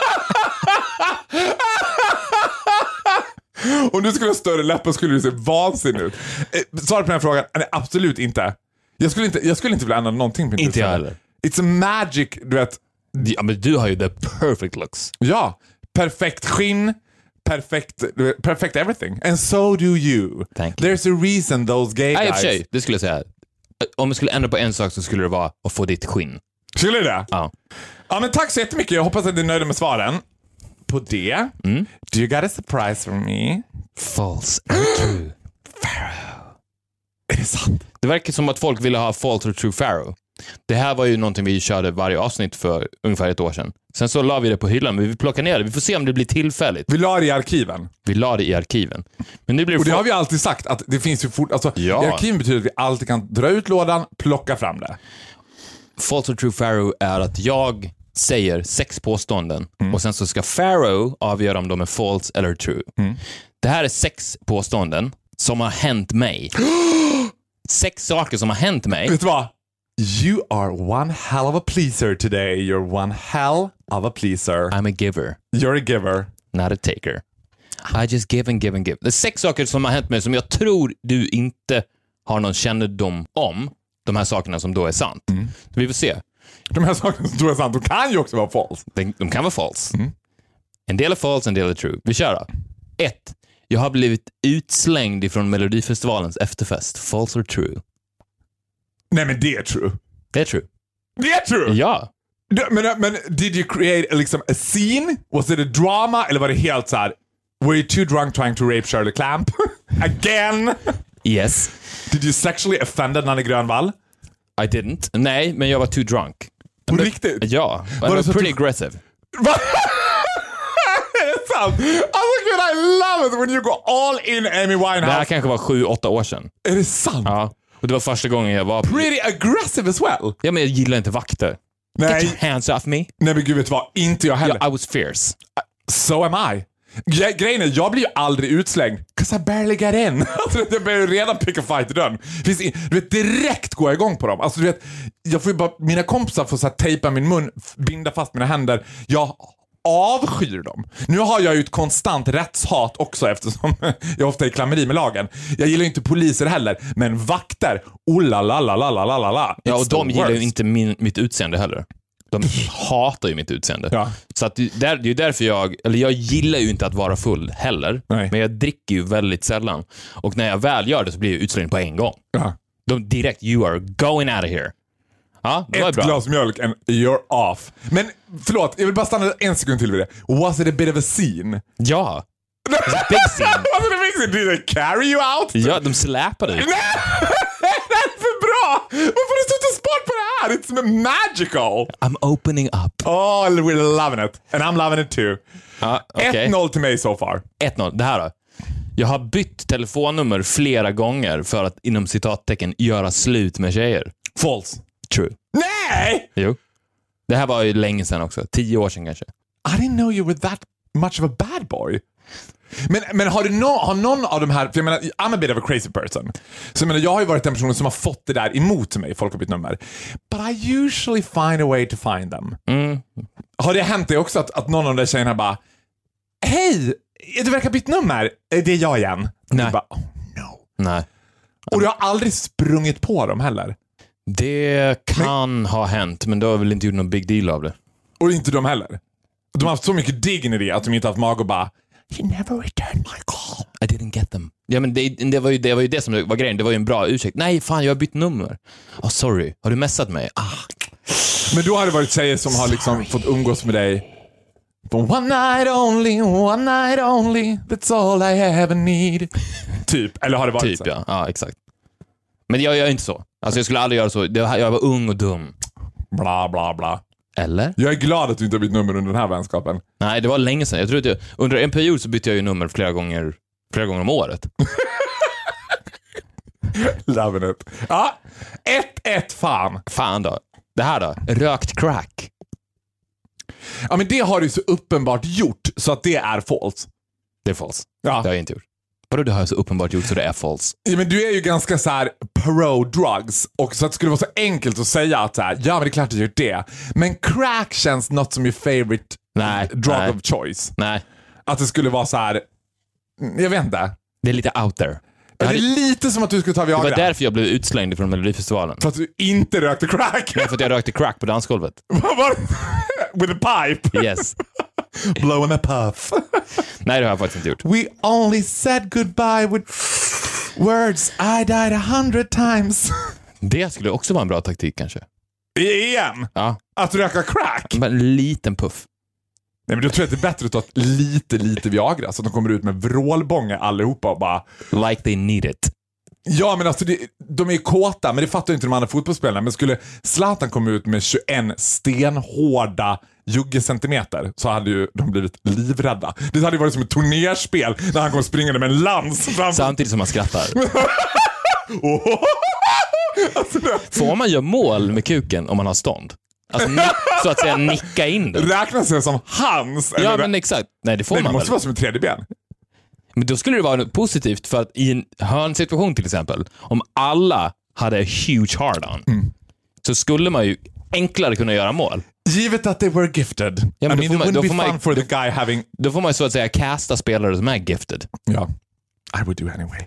Om du skulle ha större läppar skulle du se vansinnigt ut. Svaret på den här frågan är absolut inte. Jag skulle inte vilja ändra någonting på inte jag heller. It's a magic, du vet. Ja, men du har ju the perfect looks. Ja, perfekt skinn. Perfect everything. And so do you. Thank you. There's a reason those gay guys... Nej, i och för sig, det skulle jag säga. Om jag skulle ändra på en sak så skulle det vara att få ditt skinn. Skulle det? Ja. Ja, men tack så jättemycket. Jag hoppas att ni är nöjda med svaren. På det. Do you got a surprise for me? False or true? Pharaoh. Är det sant? Det verkar som att folk ville ha false or true Pharaoh. Det här var ju någonting vi körde varje avsnitt för ungefär ett år sedan. Sen så la vi det på hyllan, men vi plockar ner det. Vi får se om det blir tillfälligt. Vi la det i arkiven. Men det blir och det har vi alltid sagt, att det finns ju alltså, ja. I arkiven betyder att vi alltid kan dra ut lådan, plocka fram det. False or true Pharaoh är att jag säger 6 påståenden och sen så ska Pharaoh avgöra om de är false eller true. Det här är 6 påståenden som har hänt mig. 6 saker som har hänt mig. Vet du vad? You are one hell of a pleaser today. You're one hell of a pleaser. I'm a giver. You're a giver. Not a taker. I just give and give and give. Det är 6 saker som har hänt mig som jag tror du inte har någon kännedom om. De här sakerna som då är sant. Så vi får se. De här sakerna som då är sant, de kan ju också vara false. De kan vara false. En del är false, en del är true. Vi kör då. 1. Jag har blivit utslängd ifrån Melodifestivalens efterfest. False or true? Nej, men det är true. Det är true. Det är true? Ja. Men did you create liksom a scene? Was it a drama? Eller var det helt så här? Were you too drunk trying to rape Shirley Clamp? Again? Yes. Did you sexually offend Nanne Grönvall? I didn't. Nej, men jag var too drunk. På riktigt? Ja. Var det pretty aggressive. Va? Är det sant? Alltså gud, I love it when you go all in Amy Winehouse. Det här kanske var 7-8 år sedan. Är det sant? Ja. Och det var första gången jag var... Pretty aggressive as well. Ja, men jag gillar inte vakter. Nej. Get your hands off me. Nej, men gud, vet du vad? Inte jag heller. Yeah, I was fierce. So am I. Grejen är, jag blir ju aldrig utslängd. 'Cause I barely get in. Alltså, jag börjar redan pick a fight i dörren. Du vet, direkt går jag igång på dem. Alltså, du vet, jag får ju bara, mina kompisar får så här, tejpa min mun, binda fast mina händer. Jag avskyr dem. Nu har jag ju ett konstant rättshat också eftersom jag ofta är i klammeri med lagen. Jag gillar ju inte poliser heller, men vakter, la. Ja, och de gillar ju inte mitt utseende heller. De hatar ju mitt utseende. Ja. Så att det är ju därför jag gillar ju inte att vara full heller. Nej. Men jag dricker ju väldigt sällan. Och när jag väl gör det så blir jag utslängd på en gång. Ja. De direkt, you are going out of here. Ja, det var Ett bra. glas mjölk and you're off. Men förlåt, jag vill bara stanna en sekund till vid det. Was it a bit of a scene? Ja. It's a big scene. Was it a big scene? Did they carry you out? Ja, de släpade ut. Nej, det är för bra! Varför har du suttit sport på det här? It's magical. I'm opening up. Oh, we're loving it. And I'm loving it too. Ja, okay. 1-0 till mig so far. 1-0. Det här då. Jag har bytt telefonnummer flera gånger för att inom citattecken göra slut med tjejer. False. True. Nej! Jo. Det här var ju länge sedan också. 10 år sedan kanske. I didn't know you were that much of a bad boy. Men har någon av de här, för jag menar, I'm a bit of a crazy person. Så jag menar, jag har ju varit den personen som har fått det där emot mig, folk har bytt nummer. But I usually find a way to find them. Har det hänt dig också att någon av de där tjejerna bara hej, du verkar bytt nummer. Det är jag igen. Nej. Du bara, oh no. Nej. Och du har aldrig sprungit på dem heller. Det kan ha hänt, men då har jag väl inte gjort någon big deal av det. Och inte de heller. De har haft så mycket dignity att de inte haft mag och bara you never returned my call. I didn't get them. Ja, men det var ju det som var grejen. Det var ju en bra ursäkt. Nej, fan, jag har bytt nummer. Sorry. Har du messat mig? Men då har det varit tjejer som har liksom fått umgås med dig. One night only, that's all I ever need. Typ, eller har det varit typ, så? Ja, exakt. Men jag gör inte så. Alltså jag skulle aldrig göra så. Jag var ung och dum. Bla, bla, bla. Eller? Jag är glad att du inte har bytt nummer under den här vänskapen. Nej, det var länge sedan. Jag tror att under en period så bytte jag ju nummer flera gånger om året. Loving it. Ja, 1-1 fan. Fan då. Det här då? Rökt crack. Ja, men det har du så uppenbart gjort så att det är false. Det är false. Ja. Det har jag inte gjort. Vadå det har jag så uppenbart gjort så det är false? Ja, men du är ju ganska så här pro-drugs. Och så att det skulle vara så enkelt att säga att så här, ja men det är klart att jag gjort det. Men crack känns not som your favorite drug of choice. Nej. Att det skulle vara så här, jag vet inte. Det är lite out there. Det är lite som att du skulle ta Viagra. Det var därför jag blev utslängd från Melodifestivalen. För att du inte rökte crack. Nej, för att jag rökte crack på dansgolvet. With a pipe. Yes. Blowing a puff. Nej, det har jag faktiskt inte gjort. We only said goodbye with words I died 100 times. Det skulle också vara en bra taktik kanske. Igen? Ja. Att röka crack? Men en liten puff. Nej, men då tror jag att det är bättre att ta lite Viagra så att de kommer ut med vrålbånge allihopa och bara like they need it. Ja, men alltså de är ju kåta, men det fattar ju inte de andra fotbollsspelarna. Men skulle Zlatan komma ut med 21 stenhårda juggecentimeter så hade ju de blivit livrädda. Det hade ju varit som ett turnerspel när han kom springande med en lans framför. Samtidigt som han skrattar. Alltså, får man göra mål med kuken om man har stånd? Alltså, så att säga nicka in det. Räknas det som hans? Ja, men exakt. Nej, det får man det måste väl. vara som ett tredje ben. Men då skulle det vara positivt för att i en hörnsituation till exempel, om alla hade a huge hard-on, så skulle man ju enklare kunna göra mål. Givet att they were gifted. Ja, men I mean, it wouldn't be fun for the guy having... Då får man ju så att säga casta spelare som är gifted. Ja. I would do anyway.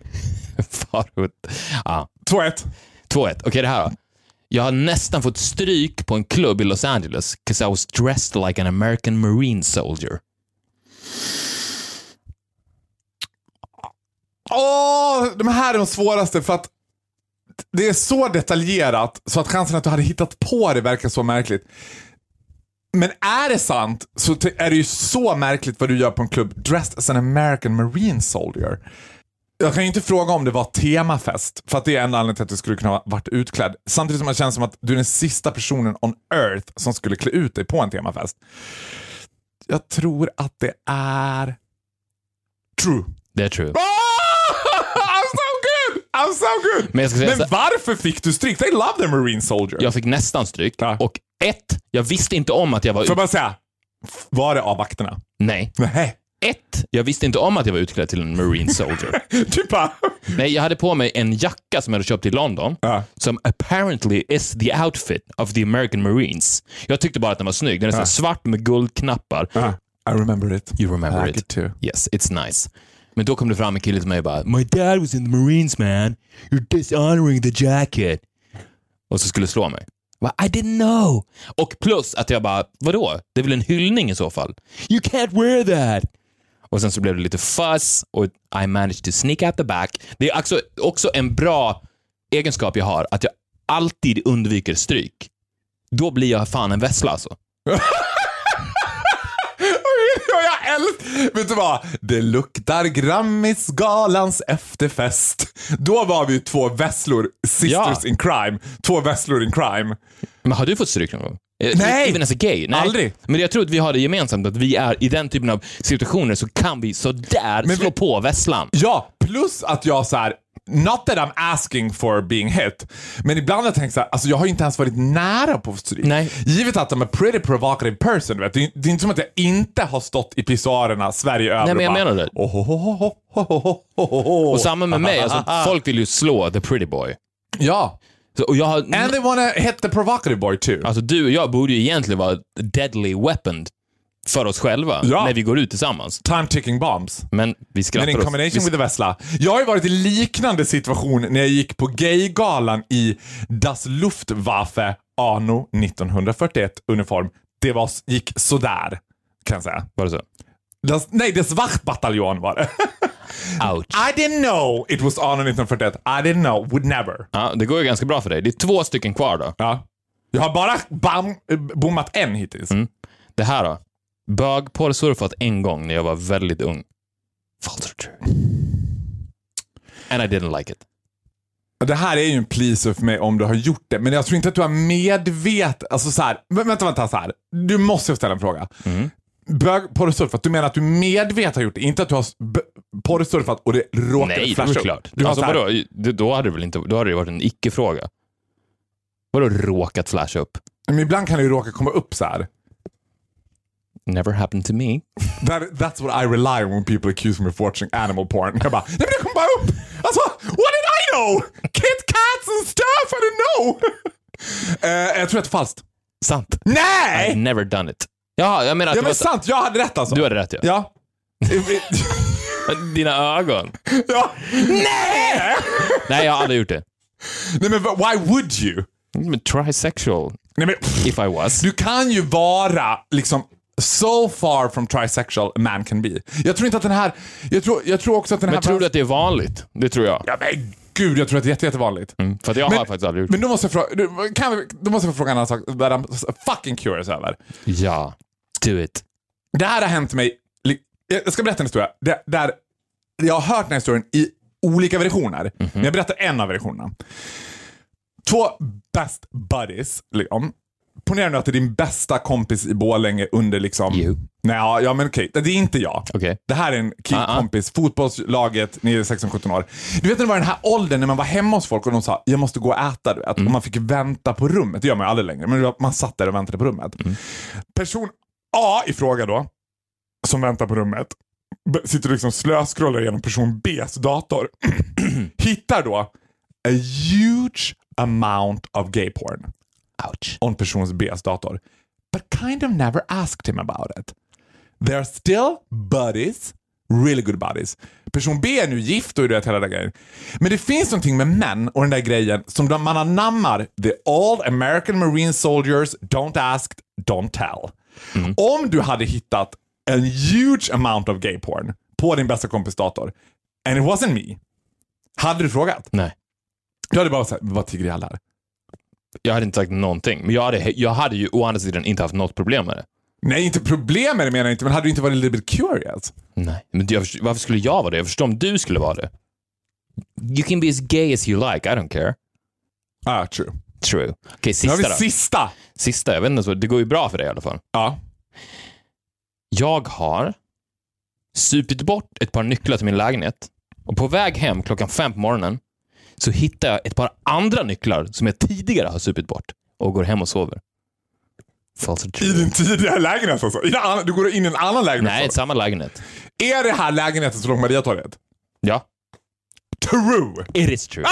Ja. 2-1. 2-1. Okej, det här då. Jag har nästan fått stryk på en klubb i Los Angeles because I was dressed like an American Marine soldier. De här är de svåraste för att det är så detaljerat så att chansen att du hade hittat på det verkar så märkligt. Men är det sant så är det ju så märkligt vad du gör på en klubb dressed as an American Marine soldier. Jag kan ju inte fråga om det var temafest för att det är en anledning till att du skulle kunna ha varit utklädd. Samtidigt som det känns som att du är den sista personen on earth som skulle klä ut dig på en temafest. Jag tror att det är true. Det är true. I'm so good! Men varför fick du stryk? They love the Marine soldier. Jag fick nästan stryk. Ja. Och jag visste inte om att jag var... Får jag bara säga, var det av vakterna? Nej. Jag visste inte om att jag var utklädd till en Marine soldier. Typa. Nej, jag hade på mig en jacka som jag hade köpt i London. Som apparently is the outfit of the American Marines. Jag tyckte bara att den var snygg. Den är så svart med guldknappar. I remember it. You remember it too. Yes, it's nice. Men då kom det fram en kille till mig och bara, my dad was in the Marines, man. You're dishonoring the jacket. Och så skulle slå mig. I didn't know. Och plus att jag bara, vadå? Det är väl en hyllning i så fall. You can't wear that. Och sen så blev det lite fuss och I managed to sneak out the back. Det är också en bra egenskap jag har, att jag alltid undviker stryk. Då blir jag fan en vessla alltså. Vet du vad? Det luktar Grammisgalans efterfest. Då var vi två vesslor, sisters in crime. 2 vesslor in crime. Men har du fått stryk någon gång? Nej! Even as a gay? Nej, aldrig. Men jag tror att vi har det gemensamt, att vi är i den typen av situationer så kan vi så där slå på vässlan. Ja, plus att jag så här, not that I'm asking for being hit, men ibland har jag tänkt så här, alltså jag har inte ens varit nära på stryk. Nej. Givet att I'm a pretty provocative person, vet. Det är inte som att jag inte har stått i pissoarerna Sverige över. Nej, men jag menar det. Och samma med mig, alltså folk vill ju slå the pretty boy. Ja. Så, och jag har, And they wanna hit the provocative boy too. alltså du och jag borde ju egentligen vara deadly weapon för oss själva när vi går ut tillsammans. Time ticking bombs. Men vi skrattar Men in combination with the Vessla. Jag har ju varit i liknande situation när jag gick på gaygalan i Das Luftwaffe anno 1941 uniform. Det gick sådär, kan jag säga. Var det så? Det Wachtbataljon var det. Ouch. I didn't know it was anno 1941. I didn't know, would never. Ja, det går ju ganska bra för dig. Det är 2 stycken kvar då. Ja. Jag har bara bommat en hittills. Det här då. Bögporrsurfat en gång när jag var väldigt ung. False or true? And I didn't like it. Det här är ju en pleaser för mig om du har gjort det. Men jag tror inte att du har medvetet. Alltså så här. Vänta så här. Du måste ställa en fråga. Porrsurfat, du menar att du medvetet har gjort det, inte att du har porrsurfat och det råkade flasha upp? Nej, det är klart. Alltså, då hade det varit en icke-fråga. Vadå råkat flasha upp? Men ibland kan det ju råka komma upp så här. Never happened to me. That's what I rely on when people accuse me of watching animal porn. Jag bara, nej men det kom bara upp. Alltså, what did I know? Kit Kats and stuff, I didn't know. Jag tror att det är falskt. Sant. Nej! I've never done it. Ja, jag menar att men sant, jag hade rätt alltså. Du hade rätt, ja. Dina ögon. Ja. Nej! Nej, jag har aldrig gjort det. Nej men why would you? Men trisexual. Nej men if I was. Du kan ju vara liksom so far from trisexual a man can be. Jag tror inte att den här jag tror också att den här. Men tror du att det är vanligt? Det tror jag. Ja men gud, jag tror att det är jättevanligt. För att jag har faktiskt aldrig gjort. Men då måste jag fråga en annan sak that I'm fucking curious över. Ja, do it. Det här har hänt mig. Jag ska berätta en historia där jag har hört den här historien i olika versioner. Men jag berättar en av versionerna. 2 best buddies, liksom. Ponera nu att det är din bästa kompis i Borlänge under liksom. You. Nej, ja men okej. Det är inte jag. Okay. Det här är en kompis, fotbollslaget nere i 16-17 år. Du vet när det var den här åldern när man var hemma hos folk och de sa, jag måste gå och äta, du vet. Och man fick vänta på rummet. Det gör man ju aldrig längre. Men man satt där och väntade på rummet. Person A i fråga då, som väntar på rummet, sitter liksom slöscrollar igenom person B's dator. Hittar då a huge amount of gay porn. Ouch. On persons B's dator. But kind of never asked him about it. They're still buddies. Really good buddies. Person B är nu gift och hela den grejen. Men det finns någonting med män och den där grejen som man anammar. The old American Marine soldiers, don't ask, don't tell. Om du hade hittat a huge amount of gay porn på din bästa kompis dator and it wasn't me, hade du frågat? Nej. Du hade bara sagt, vad tycker jag här? Jag hade inte sagt någonting. Men jag hade ju å andra sidan inte haft något problem med det. Nej, inte problem med det menar jag inte. Men hade du inte varit lite bit curious? Nej, men varför skulle jag vara det? Jag förstår om du skulle vara det. You can be as gay as you like, I don't care. True. Okej, sista då. Sista, jag vet inte, det går ju bra för dig i alla fall. Ja. Jag har supit bort ett par nycklar till min lägenhet. Och på väg hem 5:00 på morgonen så hittar jag ett par andra nycklar som jag tidigare har supit bort. Och går hem och sover. I din tidigare lägenhet alltså? Du går in i en annan lägenhet? Nej, samma lägenhet. Är det här lägenheten som låg Mariatorget? Ja. True! It is true.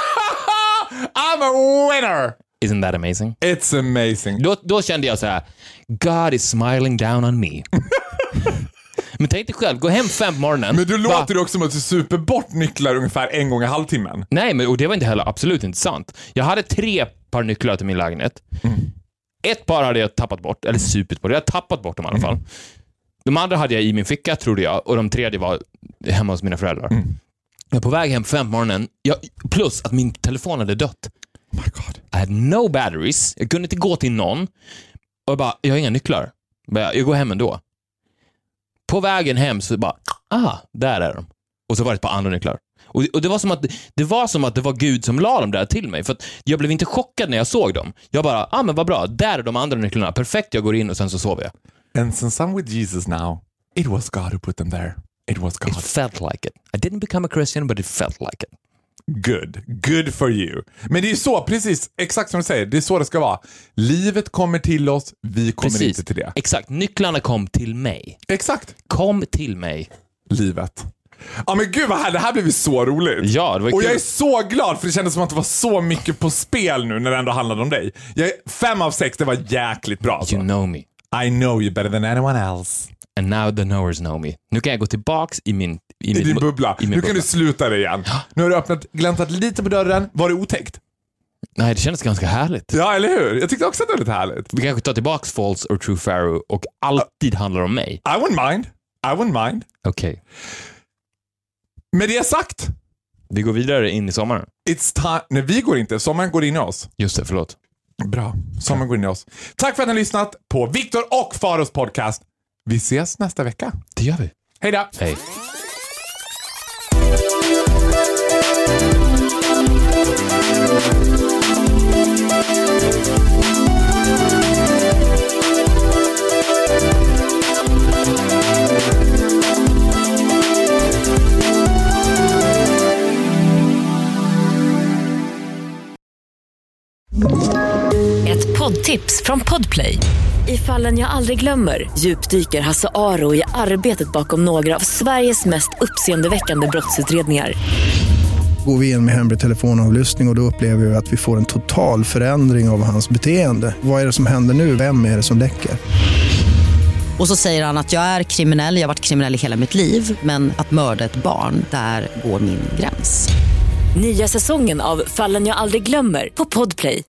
I'm a winner! Isn't that amazing? It's amazing. Då kände jag så här: God is smiling down on me. Men tänk dig själv, gå hem 5 på morgonen. Men du låter också som att du super bort nycklar ungefär en gång i halvtimmen. Nej, men och det var inte heller absolut inte sant. Jag hade 3 par nycklar till min lägenhet. Ett par hade jag tappat bort, eller supit bort. Jag hade tappat bort dem i alla fall. De andra hade jag i min ficka, trodde jag. Och de tredje var hemma hos mina föräldrar. Jag är på väg hem 5 på morgonen. Plus att min telefon hade dött. Oh my God. I had no batteries. Jag kunde inte gå till någon. Och jag har inga nycklar. Jag går hem ändå. På vägen hem så där är de. Och så var det ett par andra nycklar. Och det var som att det var Gud som la dem där till mig. För att jag blev inte chockad när jag såg dem. Jag bara, men vad bra. Där är de andra nycklarna. Perfekt, jag går in och sen så sover jag. And since I'm with Jesus now, it was God who put them there. It was God. It felt like it. I didn't become a Christian, but it felt like it. Good for you. Men det är så, precis, exakt som du säger. Det är så det ska vara. Livet kommer till oss, vi kommer inte till det. Exakt, nycklarna kom till mig. Exakt. Kom till mig. Livet. Ja men gud vad här, det här blev ju så roligt. Ja, det var kul. Och jag är så glad för det kändes som att det var så mycket på spel nu när det ändå handlade om dig. 5 av 6, det var jäkligt bra alltså. You know me. I know you better than anyone else. And now the knowers know me. Nu kan jag gå tillbaks i din bubbla. Nu kan du sluta det igen. Nu har du gläntat lite på dörren. Var det otäckt? Nej, det kändes ganska härligt. Ja, eller hur? Jag tyckte också att det var lite härligt. Vi kanske tar tillbaks False or True Pharaoh och alltid handlar om mig. I wouldn't mind. Okej. Med det sagt. Vi går vidare in i sommaren. It's time. Nej, vi går inte. Sommaren går in i oss. Just det, förlåt. Bra. Sommaren går in i oss. Tack för att ni har lyssnat på Viktor och Faros podcast. Vi ses nästa vecka. Det gör vi. Hej då. Hej. Ett poddtips från Podplay. I Fallen jag aldrig glömmer djupdyker Hasse Aro i arbetet bakom några av Sveriges mest uppseendeväckande brottsutredningar. Går vi in med hemlig telefonavlyssning och då upplever vi att vi får en total förändring av hans beteende. Vad är det som händer nu? Vem är det som läcker? Och så säger han att jag är kriminell, jag har varit kriminell i hela mitt liv. Men att mörda ett barn, där går min gräns. Nya säsongen av Fallen jag aldrig glömmer på Podplay.